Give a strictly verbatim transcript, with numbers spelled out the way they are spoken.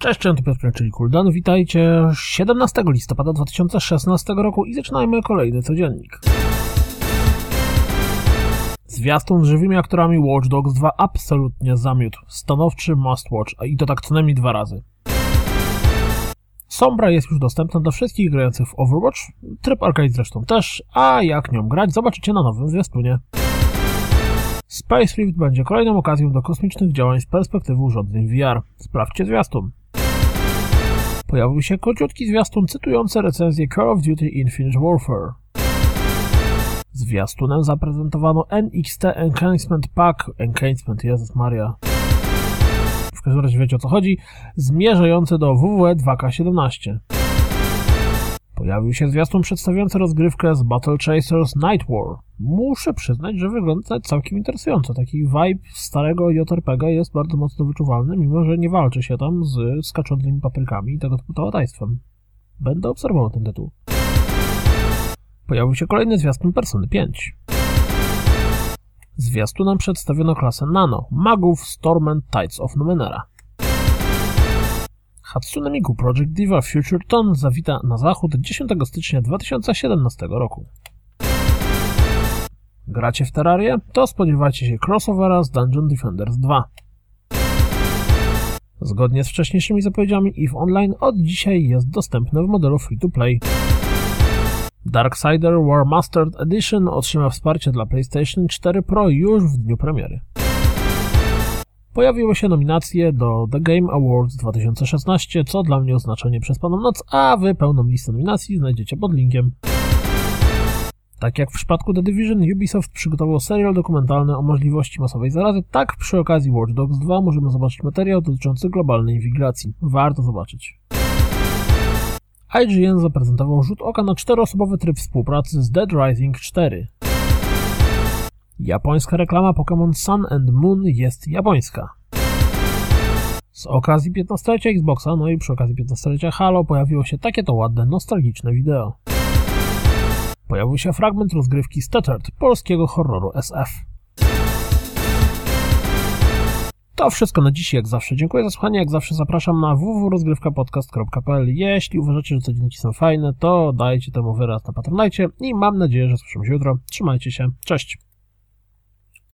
Cześć, cześć, to Piotr, czyli Kuldan. Witajcie siedemnastego listopada dwa tysiące szesnastego roku i zaczynajmy kolejny codziennik. Zwiastun z żywymi aktorami Watch Dogs dwa absolutnie zamiótł. Stanowczy must watch, a i to tak co najmniej dwa razy. Sombra jest już dostępna dla wszystkich grających w Overwatch, tryb arcade zresztą też, a jak nią grać zobaczycie na nowym zwiastunie. Space Rift będzie kolejną okazją do kosmicznych działań z perspektywy urządzeń V R. Sprawdźcie zwiastun. Pojawił się króciutki zwiastun cytujący recenzję Call of Duty Infinite Warfare. Zwiastunem zaprezentowano N X T Enhancement Pack, Enhancement, Jezus Maria, w każdym razie wiecie o co chodzi, zmierzający do W W E dwa K siedemnaście. Pojawił się zwiastun przedstawiający rozgrywkę z Battle Chasers Night War. Muszę przyznać, że wygląda całkiem interesująco. Taki vibe starego J R P G jest bardzo mocno wyczuwalny, mimo że nie walczy się tam z skaczącymi paprykami i tego typu tałataństwem. Będę obserwował ten tytuł. Pojawił się kolejny zwiastun Persony pięć. Zwiastunem przedstawiono klasę Nano, magów Stormend Tides of Numenera. Hatsune Miku Project Diva Future Tone zawita na zachód dziesiątego stycznia dwa tysiące siedemnastego roku. Gracie w Terrarię? To spodziewajcie się crossovera z Dungeon Defenders dwa. Zgodnie z wcześniejszymi zapowiedziami EVE Online od dzisiaj jest dostępne w modelu free-to-play. Darksider War Mastered Edition otrzyma wsparcie dla PlayStation cztery Pro już w dniu premiery. Pojawiły się nominacje do The Game Awards dwa tysiące szesnaście, co dla mnie oznacza nieprzespaną noc, a wy pełną listę nominacji znajdziecie pod linkiem. Tak jak w przypadku The Division, Ubisoft przygotował serial dokumentalny o możliwości masowej zarazy, tak przy okazji Watch Dogs dwa możemy zobaczyć materiał dotyczący globalnej inwigilacji. Warto zobaczyć. I G N zaprezentował rzut oka na czteroosobowy tryb współpracy z Dead Rising cztery. Japońska reklama Pokémon Sun and Moon jest japońska. Z okazji piętnastolecia Xboxa, no i przy okazji piętnastolecia Halo pojawiło się takie to ładne, nostalgiczne wideo. Pojawił się fragment rozgrywki Stuttered, polskiego horroru S F. To wszystko na dziś, jak zawsze. Dziękuję za słuchanie, jak zawsze zapraszam na w w w kropka rozgrywka podcast kropka p l. Jeśli uważacie, że codzienniki są fajne, to dajcie temu wyraz na Patronite i mam nadzieję, że słyszymy się jutro. Trzymajcie się, cześć!